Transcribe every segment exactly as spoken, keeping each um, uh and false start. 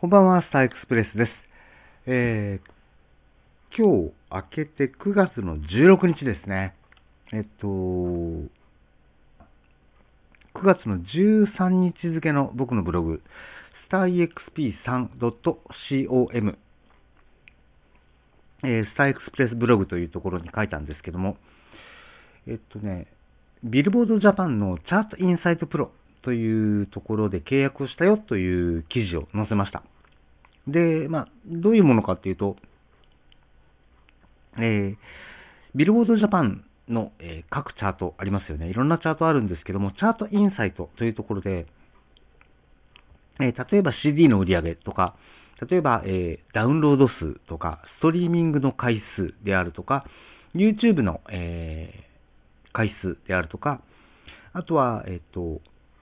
こんばんは、スターエクスプレスです。えー、今日明けてくがつのじゅうろくにちですね。えっと、くがつのじゅうさんにち付の僕のブログ、スターイーエックスピースリードットコム、えー、スターエクスプレスブログというところに書いたんですけども、えっとね、ビルボードジャパンのチャートインサイトプロというところで契約をしたよという記事を載せました。で、まあ、どういうものかっていうと、えー、ビルボードジャパンの、えー、各チャートありますよね。いろんなチャートあるんですけども、チャートインサイトというところで、えー、例えば シーディー の売り上げとか、例えば、えー、ダウンロード数とか、ストリーミングの回数であるとか、YouTube の、えー、回数であるとか、あとは、えっと、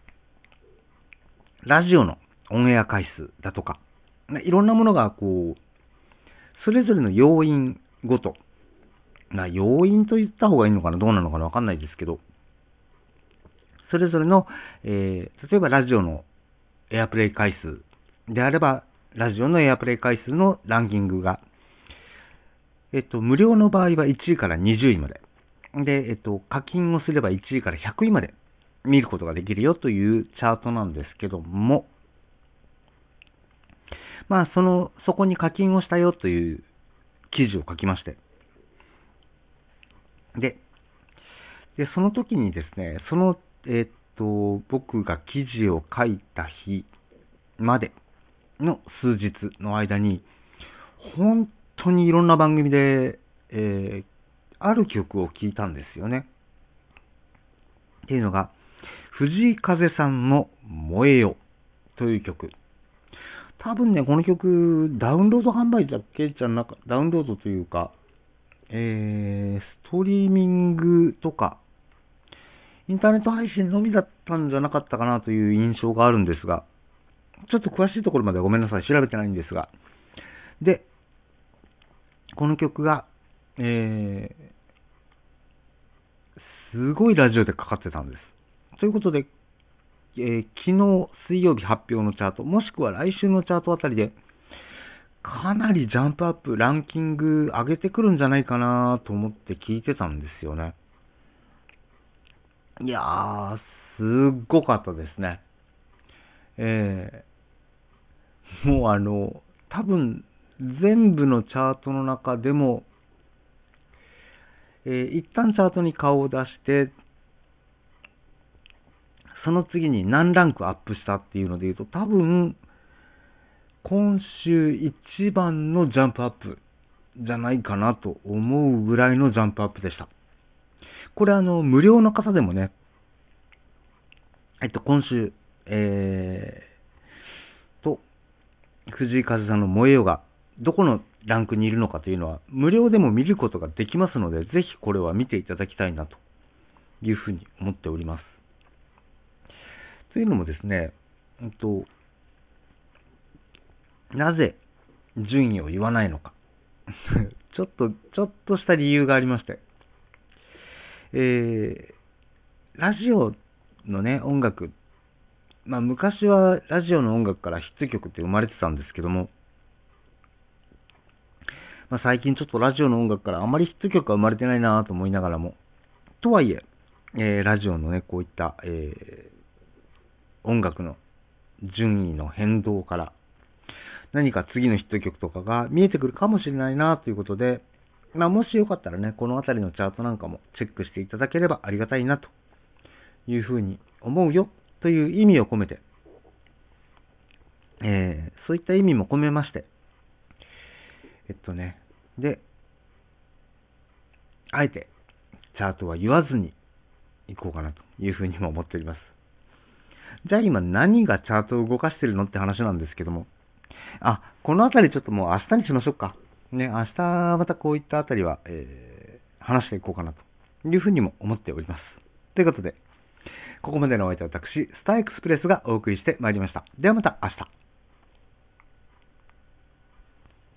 ラジオのオンエア回数だとか、いろんなものが、こう、それぞれの要因ごと、まあ、要因と言った方がいいのかな、どうなのかな、わかんないですけど、それぞれの、えー、例えばラジオのエアプレイ回数であれば、ラジオのエアプレイ回数のランキングが、えっと、無料の場合はいちいからにじゅういまで。で、えっと、課金をすればいちいからひゃくいまで見ることができるよというチャートなんですけども、まあ、その、そこに課金をしたよという記事を書きまして。で、で、その時にですね、その、えっと、僕が記事を書いた日までの数日の間に、本当にいろんな番組で、えー、ある曲を聴いたんですよね。っていうのが、藤井風さんの燃えよという曲。多分ね、この曲、ダウンロード販売だけじゃなく、ダウンロードというか、えー、ストリーミングとか、インターネット配信のみだったんじゃなかったかなという印象があるんですが、ちょっと詳しいところまではごめんなさい、調べてないんですが。で、この曲が、えー、すごいラジオでかかってたんです。ということで、えー、昨日水曜日発表のチャート、もしくは来週のチャートあたりで、かなりジャンプアップ、ランキング上げてくるんじゃないかなと思って聞いてたんですよね。いやー、すっごかったですね。えー、もうあの、多分、全部のチャートの中でも、えー、一旦チャートに顔を出して、その次に何ランクアップしたっていうので言うと、多分、今週一番のジャンプアップじゃないかなと思うぐらいのジャンプアップでした。これあの、無料の方でもね、えっと、今週、えー、と、藤井風さんの燃えよが、どこのランクにいるのかというのは、無料でも見ることができますので、ぜひこれは見ていただきたいなというふうに思っております。というのもですね、えっと、なぜ順位を言わないのか。ちょっと、ちょっとした理由がありまして、えー、ラジオのね、音楽、まあ昔はラジオの音楽からヒット曲って生まれてたんですけども、まあ、最近ちょっとラジオの音楽からあまりヒット曲が生まれてないなと思いながらも、とはいえ、えー、ラジオのね、こういった、えー、音楽の順位の変動から、何か次のヒット曲とかが見えてくるかもしれないなということで、まあ、もしよかったらね、このあたりのチャートなんかもチェックしていただければありがたいなというふうに思うよという意味を込めて、えー、そういった意味も込めまして、えっとね、で、あえてチャートは言わずにいこうかなというふうにも思っております。じゃあ今何がチャートを動かしてるのって話なんですけども、あ、このあたりちょっともう明日にしましょうか。ね、明日またこういったあたりは、えー、話していこうかなというふうにも思っております。ということで、ここまでのお相手は私、スターエクスプレスがお送りしてまいりました。ではまた明日。